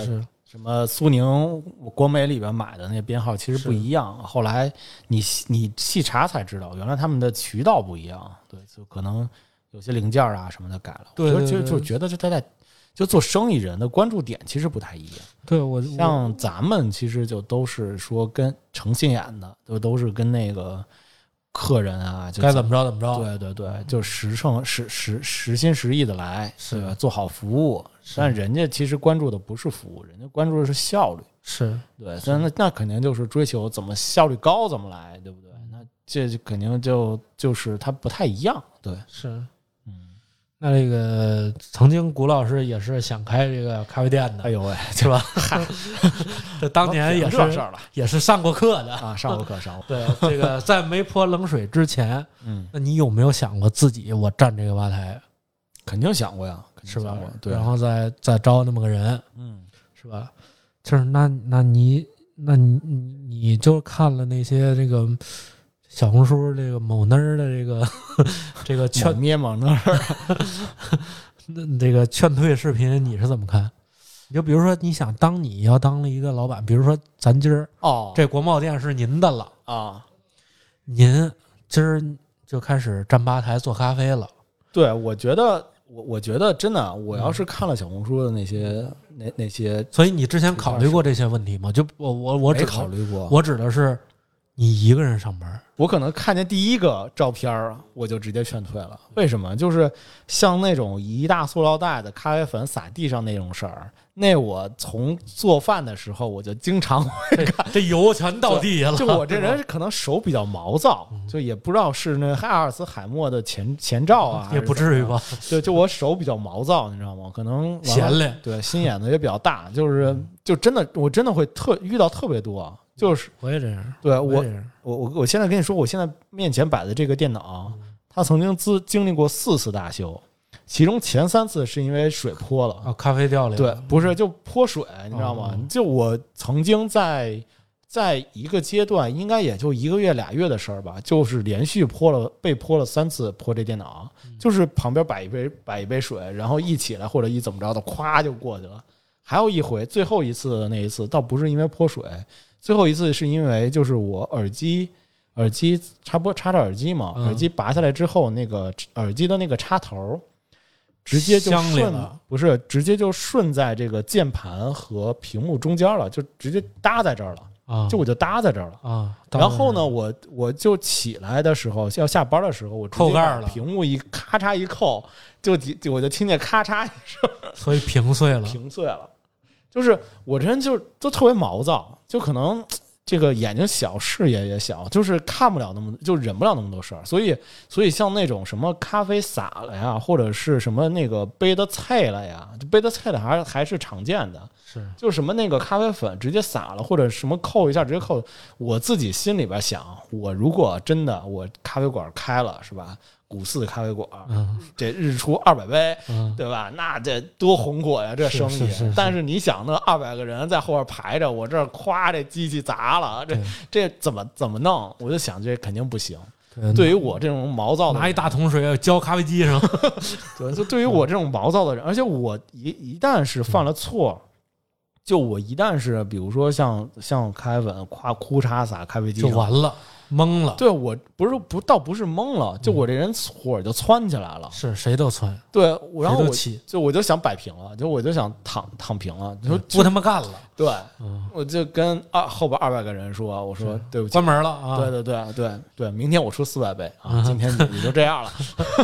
什么苏宁、国美里边买的那编号其实不一样。后来你你细查才知道，原来他们的渠道不一样。对，就可能有些零件啊什么的改了。 对对对， 就就就觉得这他在就做生意人的关注点其实不太一样。 对我像咱们其实就都是说跟成心眼的，都都是跟那个客人啊，就该怎么着怎么着。 对对对，就实诚实实实心实意的来，对吧？做好服务。但人家其实关注的不是服务，人家关注的是效率。 是对，但那那肯定就是追求怎么效率高怎么来，对不对？那这肯定就就是它不太一样。对， 是，嗯，那这个曾经古老师也是想开这个咖啡店的， 哎呦喂， 是吧？这当年也是这事儿了， 也是上过课的啊，上过课，上过对，这个在没泼冷水之前， 嗯， 那你有没有想过自己我站这个吧台？ 肯定想过呀， 是吧？ 对， 然后再再招那么个人， 嗯， 是吧？就是那那你那你你你就看了那些这个小红书这个某那儿的这个这个劝咩某那儿那这个劝退视频，你是怎么看？你就比如说，你想当你要当了一个老板，比如说咱今儿哦， 这国贸店是您的了啊， 您今儿就开始站吧台做咖啡了。 对，我觉得。我我觉得真的，我要是看了小红书的那些、嗯、那那些， 所以你之前考虑过这些问题吗？就我我我只考虑过， 我指的是你一个人上班， 我可能看见第一个照片我就直接劝退了。为什么？就是像那种一大塑料袋的咖啡粉撒地上那种事儿，那我从做饭的时候我就经常会看， 这油全到地下了。 就我这人可能手比较毛躁，就也不知道是那阿尔茨海默的前前兆啊， 也不至于吧？ 对，就我手比较毛躁，你知道吗？可能闲嘞， 对，心眼子也比较大，就是就真的我真的会特遇到特别多。就是我也这样， 对我也我我我现在跟你说，我现在面前摆的这个电脑，它曾经资经历过四次大修，其中前三次是因为水泼了啊，咖啡掉了， 对，不是就泼水，你知道吗？ 哦、 就我曾经在在一个阶段，应该也就一个月俩月的事儿吧，就是连续泼了被泼了三次泼这电脑，就是旁边摆一杯摆一杯水，然后一起来或者一怎么着的，咵就过去了。还有一回，最后一次的那一次，倒不是因为泼水。最后一次是因为就是我耳机耳机插播插着耳机嘛， 嗯、 耳机拔下来之后，那个耳机的那个插头直接就顺不是直接就顺在这个键盘和屏幕中间了，就直接搭在这儿了啊！ 就我就搭在这儿了啊！ 然后呢，我我就起来的时候要下班的时候，我扣盖了， 屏幕一咔嚓一扣，就就我就听见咔嚓一声， 所以屏碎了， 屏碎了。就是我这人就都特别毛躁，就可能这个眼睛小，视野也小，就是看不了那么，就忍不了那么多事儿。所以，所以像那种什么咖啡洒了呀，或者是什么那个杯的菜了呀，就杯的菜了还还是常见的， 是就什么那个咖啡粉直接洒了，或者什么扣一下直接扣。我自己心里边想，我如果真的我咖啡馆开了，是吧？古寺咖啡馆， 嗯， 这日出二百杯， 嗯， 对吧？那这多红火呀，这生意。 是是是是但是你想，那二百个人在后边排着，我这儿夸这机器砸了，这这怎么怎么弄？我就想，这肯定不行。 对, 对于我这种毛躁的人， 拿一大桶水浇咖啡机上， 对，就对于我这种毛躁的人，而且我一一旦是犯了错。就我一旦是比如说像像咖啡粉夸哭嚓撒咖啡机就完了，懵了。 对，我不是不倒不是懵了，就我这人火就窜起来了。 是谁都窜。 对，然后我就我就想摆平了，就我就想躺躺平了，就不他妈干了。 对，我就跟二后边二百个人说，我说对不起， 关门了啊！ 对对对对对，明天我出四百杯啊，今天你就这样了。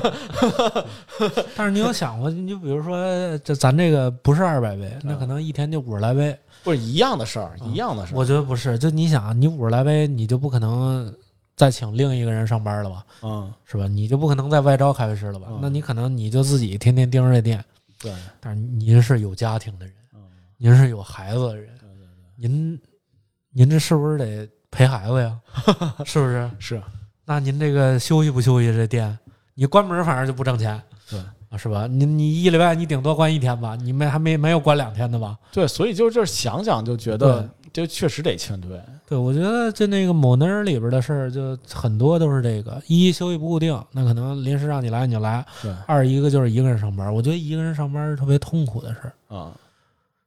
但是你有想过，你就比如说，这咱这个不是二百杯，那可能一天就五十来杯， 不是一样的事儿，一样的事儿。 我觉得不是，就你想，你五十来杯，你就不可能再请另一个人上班了吧？ 嗯， 是吧？你就不可能再外招咖啡师了吧？那你可能你就自己天天盯着这店。 对， 但是您是有家庭的人。您是有孩子的人， 对对对， 您您这是不是得陪孩子呀？是不是？ 是。 那您这个休息不休息？这店你关门反正就不挣钱， 对啊，是吧？你你一礼拜你顶多关一天吧，你没还没没有关两天的吧？ 对，所以就这想想就觉得，就确实得劝退。 对，我觉得就那个某那儿里边的事儿，就很多都是这个：一休息不固定，那可能临时让你来你就来； 对， 二一个就是一个人上班，我觉得一个人上班是特别痛苦的事儿啊。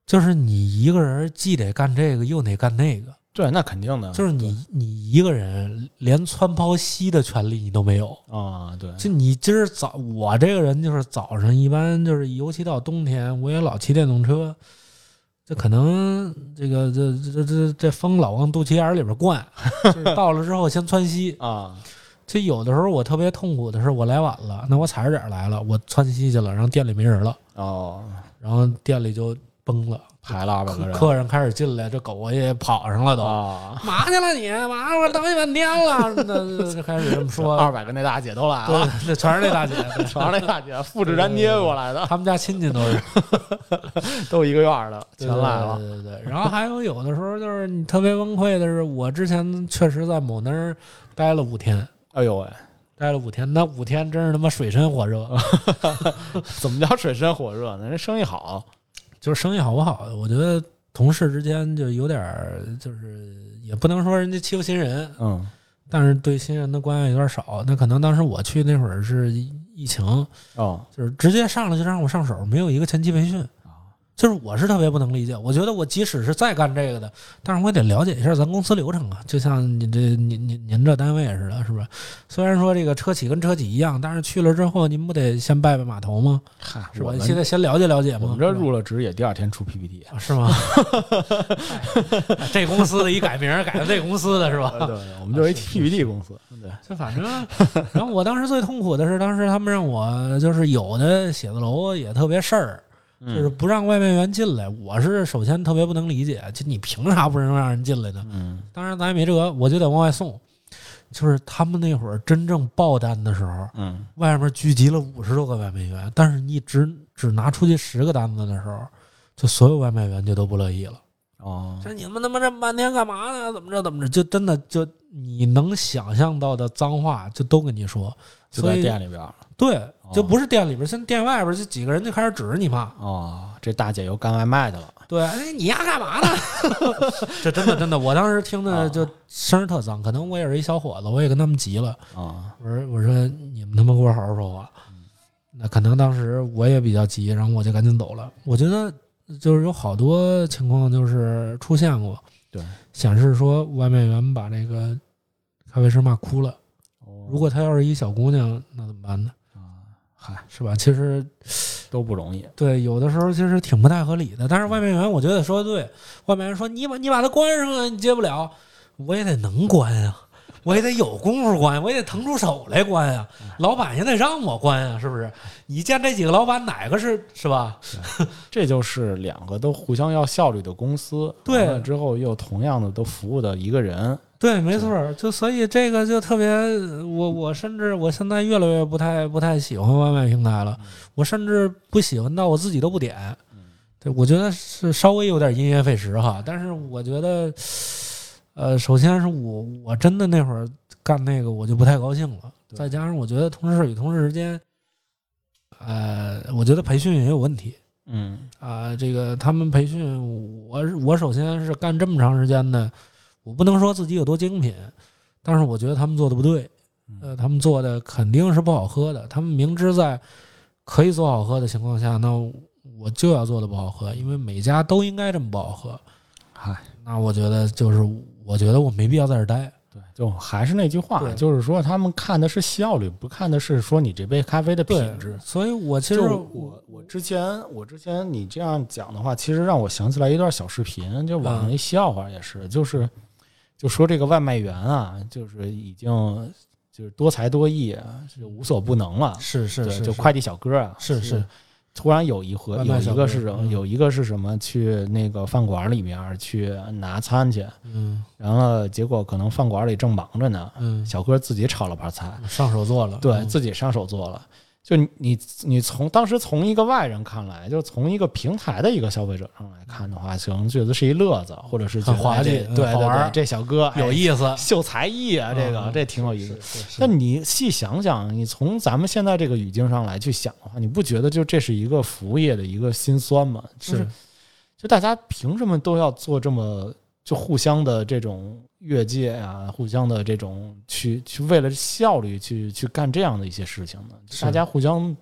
就是你一个人既得干这个又得干那个。 对，那肯定的， 就是你你一个人连穿袍吸的权利你都没有啊。对， 就你今儿早，我这个人就是早上一般就是，尤其到冬天，我也老骑电动车，这可能这个这这这这风老往肚脐眼里边灌，就是到了之后先窜稀啊。 就有的时候我特别痛苦的是，我来晚了，那我踩着点来了，我窜稀去了，然后店里没人了哦， 然后店里就崩了。 排了二百个人， 客人开始进来，这狗也跑上了都。 啊， 嘛去了你？嘛我等你半天了。那就开始这么说， 二百个那大姐都来了， 对，全是那大姐， 全是那大姐，复制粘贴过来的。 他们家亲戚都是， 都一个院的，全来了。 对对对。然后还有有的时候就是你特别崩溃的是，我之前确实在某那儿待了五天。 哎呦喂！ 待了五天，那五天真是他妈水深火热。 怎么叫水深火热呢？人生意好。 就是生意好不好，我觉得同事之间就有点就是也不能说人家欺负新人， 嗯， 但是对新人的关爱有点少。那可能当时我去那会儿是疫情， 哦， 就是直接上来就让我上手，没有一个前期培训。就是我是特别不能理解，我觉得我即使是再干这个的，但是我也得了解一下咱公司流程啊，就像你这您您您这单位似的，是吧？虽然说这个车企跟车企一样，但是去了之后您不得先拜拜码头吗？ 嗨， 是吧？你现在先了解了解吗？ 我们这入了职也第二天出 P P T， 是吗？这公司的一改名改成这公司的是吧？ 对，我们就是一 P P T 公司。对， 就反正，然后我当时最痛苦的是，当时他们让我就是有的写字楼也特别事儿。就是不让外卖员进来，我是首先特别不能理解，就你凭啥不能让人进来呢？ 嗯， 当然咱也没辙，我就得往外送。就是他们那会儿真正爆单的时候， 嗯， 外面聚集了五十多个外卖员，但是你只只拿出去十个单子的时候，就所有外卖员就都不乐意了。 哦， 这你们他妈这么半天干嘛呢？怎么着怎么着？就真的就你能想象到的脏话就都跟你说， 就在店里边。 对，就不是店里边，现在店外边就几个人就开始指着你骂。 哦，这大姐又干外卖的了。 对，哎，你丫干嘛呢？这真的真的，我当时听的就声儿特脏，可能我也是一小伙子，我也跟他们急了。 啊， 我说我说你们他妈给我好好说话。那可能当时我也比较急，然后我就赶紧走了。我觉得就是有好多情况就是出现过， 对， 显示说外卖员把这个咖啡师骂哭了。如果她要是一小姑娘，那怎么办呢？嗨，是吧？其实都不容易。 对，有的时候其实挺不太合理的。但是外卖员，我觉得说的对。外卖员说：“你把你把它关上啊，你接不了，我也得能关啊，我也得有功夫关，我也得腾出手来关啊。老板也得让我关啊，是不是？你见这几个老板哪个是是吧？ 这就是两个都互相要效率的公司， 对了之后又同样的都服务的一个人。” 对，没错，就所以这个就特别，我我甚至我现在越来越不太不太喜欢外卖平台了，我甚至不喜欢到我自己都不点。对，我觉得是稍微有点因噎废食哈，但是我觉得，呃，首先是我我真的那会儿干那个我就不太高兴了，再加上我觉得同事与同事之间，呃，我觉得培训也有问题。 嗯啊、呃，这个他们培训我我首先是干这么长时间的。我不能说自己有多精品，但是我觉得他们做的不对，呃，他们做的肯定是不好喝的。他们明知在可以做好喝的情况下，那我就要做的不好喝，因为每家都应该这么不好喝。 嗨， 那我觉得就是，我觉得我没必要在这儿待。 对，就还是那句话，就是说他们看的是效率，不看的是说你这杯咖啡的品质。 所以我其实我我之前我之前你这样讲的话，其实让我想起来一段小视频，就网上一笑话也是，就是。就说这个外卖员啊，就是已经就是多才多艺啊，是无所不能了。 是是是， 就快递小哥啊， 是是。 突然有一回有一个是什么？有一个是什么？去那个饭馆里面去拿餐去， 嗯， 然后结果可能饭馆里正忙着呢， 嗯， 小哥自己炒了盘菜， 上手做了， 对、 嗯、 自己上手做了。就你你从当时从一个外人看来，就从一个平台的一个消费者上来看的话，可能觉得是一乐子，或者是很滑稽， 对对对，这小哥有意思， 秀才艺啊，这个、嗯、这挺有意思。 那你细想想，你从咱们现在这个语境上来去想的话，你不觉得就这是一个服务业的一个辛酸吗？就是就大家凭什么都要做这么就互相的这种越界啊，互相的这种去去为了效率去去干这样的一些事情呢？大家互相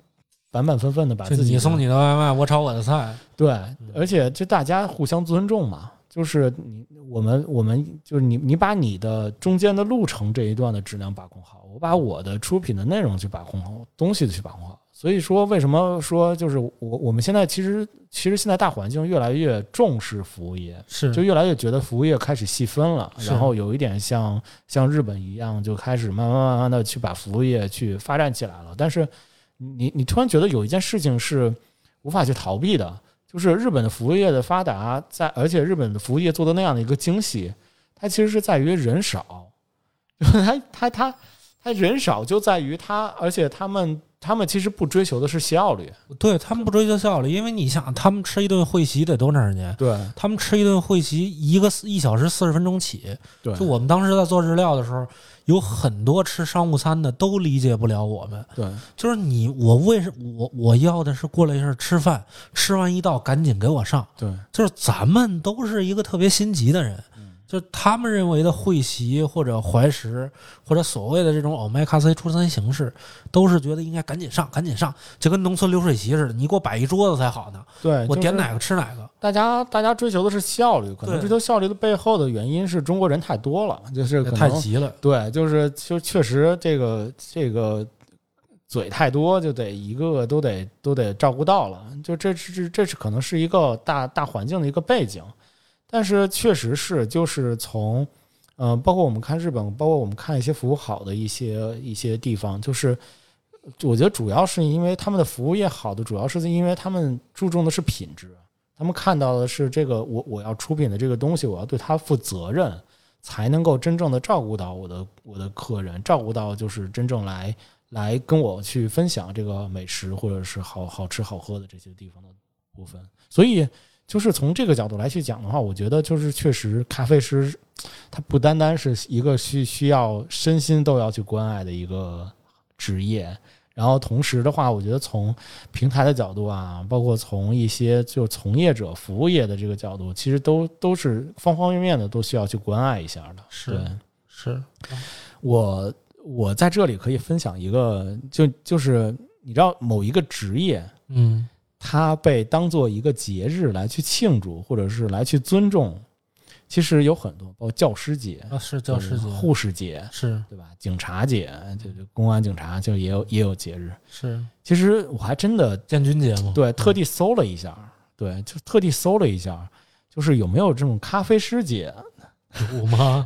反反复复的把自己你送你的外卖，我炒我的菜， 对，而且就大家互相尊重嘛，就是你我们我们就是你你把你的中间的路程这一段的质量把控好，我把我的出品的内容去把控好，东西去把控好。所以说，为什么说就是我我们现在其实其实现在大环境越来越重视服务业， 是就越来越觉得服务业开始细分了，然后有一点像像日本一样，就开始慢慢慢慢的去把服务业去发展起来了。但是你你突然觉得有一件事情是无法去逃避的，就是日本的服务业的发达，在而且日本的服务业做的那样的一个精细，它其实是在于人少，它它它它人少就在于它，而且他们。他们其实不追求的是效率， 对他们不追求效率，因为你想，他们吃一顿会席得多长时间？ 对，他们吃一顿会席一个一小时四十分钟起。 对， 就我们当时在做日料的时候，有很多吃商务餐的都理解不了我们。 对， 就是你我为什我我要的是过来是吃饭，吃完一道赶紧给我上。 对， 就是咱们都是一个特别心急的人。就他们认为的会席或者怀石或者所谓的这种欧麦卡西出餐形式，都是觉得应该赶紧上赶紧上，就跟农村流水席似的，你给我摆一桌子才好呢。 对， 我点哪个吃哪个。 大家大家追求的是效率，可能追求效率的背后的原因是中国人太多了，就是可能太急了。 对，就是就确实这个这个嘴太多，就得一个个都得都得照顾到了，就这是这是可能是一个大大环境的一个背景。但是确实是，就是从，呃，包括我们看日本，包括我们看一些服务好的一些一些地方，就是我觉得主要是因为他们的服务业好的，主要是因为他们注重的是品质，他们看到的是这个我我要出品的这个东西，我要对它负责任，才能够真正的照顾到我的我的客人，照顾到就是真正来来跟我去分享这个美食或者是好好吃好喝的这些地方的部分，所以。就是从这个角度来去讲的话，我觉得就是确实咖啡师他不单单是一个需需要身心都要去关爱的一个职业，然后同时的话，我觉得从平台的角度啊，包括从一些就从业者服务业的这个角度，其实都都是方方面面的都需要去关爱一下的。 是是， 我我在这里可以分享一个，就就是你知道某一个职业， 嗯。 它被当做一个节日来去庆祝，或者是来去尊重，其实有很多，包括教师节啊，是教师节、 护士节， 是对吧？警察节，就是公安警察，就也有也有节日。 是， 其实我还真的建军节嘛， 对，特地搜了一下，对，就特地搜了一下，就是有没有这种咖啡师节？ 有吗？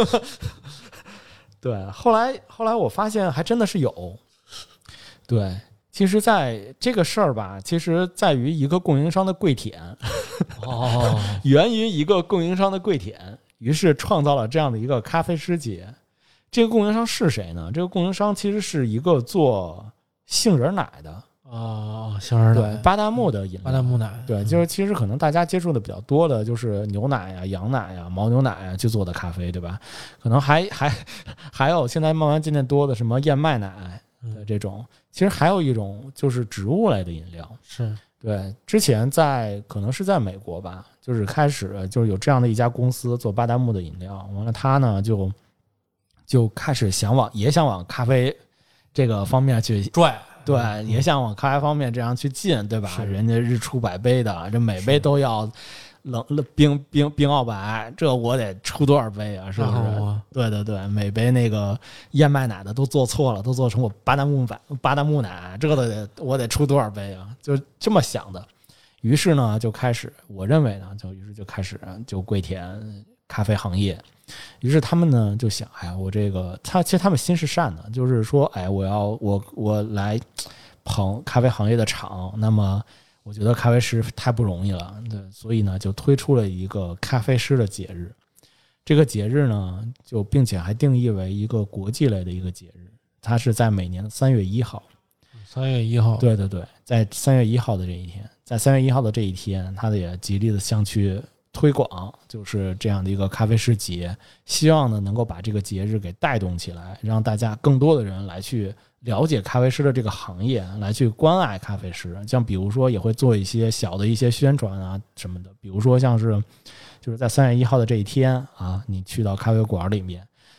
对，后来后来我发现还真的是有，对。其实在这个事儿吧，其实在于一个供应商的跪舔， 哦， 源于一个供应商的跪舔，于是创造了这样的一个咖啡师节。这个供应商是谁呢？这个供应商其实是一个做杏仁奶的啊，杏仁奶， 对，巴旦木的饮料， 巴旦木奶， 对，就是其实可能大家接触的比较多的就是牛奶呀、羊奶呀、牦牛奶呀去做的咖啡，对吧？可能还还还有现在慢慢渐渐多的什么燕麦奶的这种。其实还有一种就是植物类的饮料， 是对。之前在可能是在美国吧，就是开始就是有这样的一家公司做巴旦木的饮料，完了他呢就就开始想往也想往咖啡这个方面去拽， 对，也想往咖啡方面这样去进，对吧？人家日出百杯的，这每杯都要冷冰冰冰澳白，这我得出多少杯啊？是不是？对对对，每杯那个燕麦奶的都做错了，都做成我巴旦木奶，巴旦木奶，这个得我得出多少杯啊？就这么想的。于是呢，就开始，我认为呢，就于是就开始就跪舔咖啡行业。于是他们呢就想，哎呀，我这个他其实他们心是善的，就是说，哎，我要我我来捧咖啡行业的场，那么。我觉得咖啡师太不容易了，对，所以呢，就推出了一个咖啡师的节日。这个节日呢，就并且还定义为一个国际类的一个节日，它是在每年的三月一号。 三月一号， 对对对，在三月一号的这一天，在三月一号的这一天，它也极力的向去推广，就是这样的一个咖啡师节，希望呢能够把这个节日给带动起来，让大家更多的人来去。了解咖啡师的这个行业，来去关爱咖啡师，像比如说也会做一些小的一些宣传啊什么的，比如说像是就是在三月一号的这一天啊，你去到咖啡馆里面，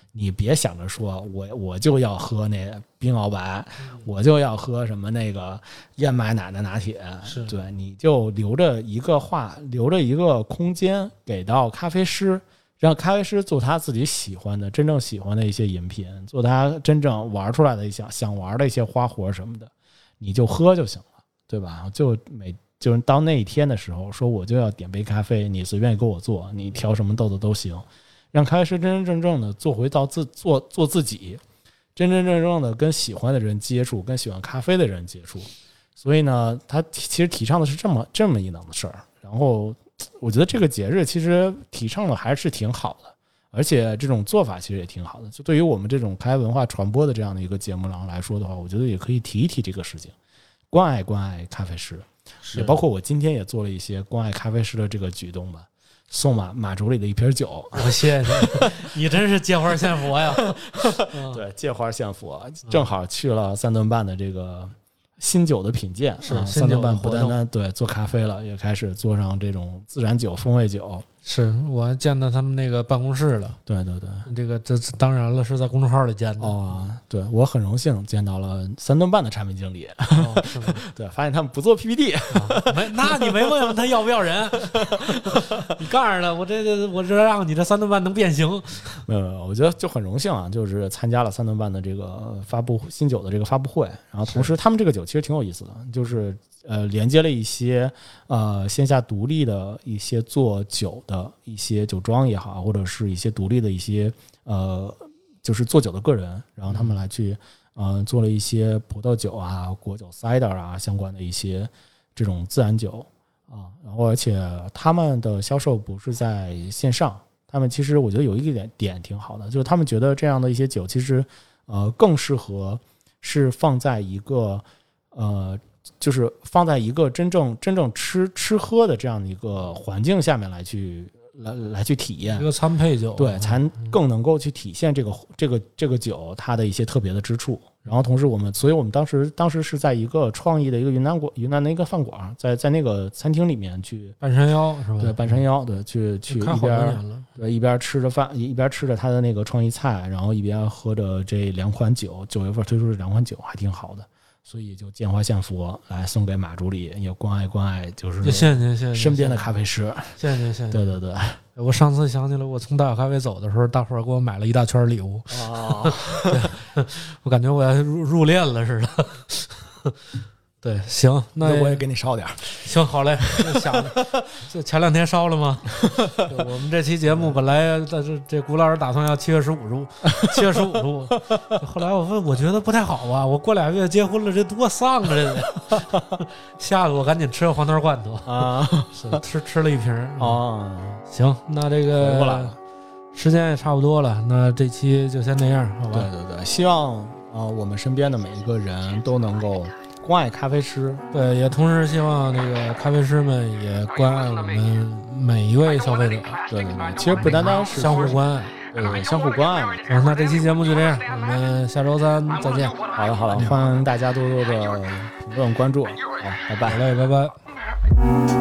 你别想着说我我就要喝那冰熬白，我就要喝什么那个燕麦奶的拿铁，对，你就留着一个话，留着一个空间给到咖啡师，让咖啡师做他自己喜欢的、真正喜欢的一些饮品，做他真正玩出来的想想玩的一些花活什么的，你就喝就行了，对吧？就每就是到那一天的时候，说我就要点杯咖啡，你随便给我做，你调什么豆子都行。让咖啡师真真正正的做回到自做做自己，真真正正的跟喜欢的人接触，跟喜欢咖啡的人接触。所以呢，他其实提倡的是这么这么一档子事儿。然后我觉得这个节日其实提倡的还是挺好的，而且这种做法其实也挺好的。就对于我们这种咖啡文化传播的这样的一个节目上来说的话，我觉得也可以提一提这个事情，关爱关爱咖啡师，也包括我今天也做了一些关爱咖啡师的这个举动吧。送马马竹里的一瓶酒， 我谢谢你，你真是借花献佛呀！ 对，借花献佛，正好去了三顿半的这个新酒的品鉴， 是、 啊、三顿半不单单对做咖啡了，也开始做上这种自然酒、风味酒。 是我还见到他们那个办公室了， 对对对， 这个这当然了，是在公众号里见的。 哦，对我很荣幸见到了三顿半的产品经理， 哦、是吗？ 对，发现他们不做 P P T，、 啊、没，那你没问问他要不要人？你告诉他，我这这我这让你这三顿半能变形。 没有没有，我觉得就很荣幸啊，就是参加了三顿半的这个发布新酒的这个发布会，然后同时他们这个酒其实挺有意思的，就是呃连接了一些呃线下独立的一些做酒的一些酒庄也好，或者是一些独立的一些呃就是做酒的个人，然后他们来去呃做了一些葡萄酒啊、果酒 cider 啊相关的一些这种自然酒啊，然后而且他们的销售不是在线上，他们其实我觉得有一个点点挺好的，就是他们觉得这样的一些酒其实呃更适合是放在一个呃就是放在一个真正真正吃吃喝的这样的一个环境下面来去来来去体验一个餐配酒， 对，才更能够去体现这个这个这个酒它的一些特别的之处。然后同时我们，所以我们当时当时是在一个创意的一个云南馆云南的一个饭馆，在在那个餐厅里面去半山腰是吧？ 对，半山腰对，去去一边对一边吃着饭一边吃着他的那个创意菜，然后一边喝着这两款酒，九月份推出的两款酒还挺好的。所以就见花献佛来送给马助理，也关爱关爱，就是谢谢您，谢谢身边的咖啡师， 谢谢您，谢谢。 对对对， 我上次想起来，我从大小咖啡走的时候，大伙儿给我买了一大圈礼物哦， 我感觉我要入入殓了似的。对，行，那我也给你烧点。 行，好嘞。想这前两天烧了吗？我们这期节目本来这这古老师打算要七月十五入，七月十五入。后来我问，我觉得不太好啊，我过俩月结婚了，这多丧啊！这得吓得我赶紧吃个黄桃罐头啊， 是吃吃了一瓶哦。 行，那这个时间也差不多了，那这期就先这样，好吧？ 对对对，希望啊、呃，我们身边的每一个人都能够关爱咖啡师， 对，也同时希望这个咖啡师们也关爱我们每一位消费者。 对对对，其实不单单是相互关爱， 对，相互关爱嘛。 嗯，那这期节目就这样，我们下周三再见。 好了好了，欢迎大家多多的评论关注，好，拜拜。 好嘞，拜拜。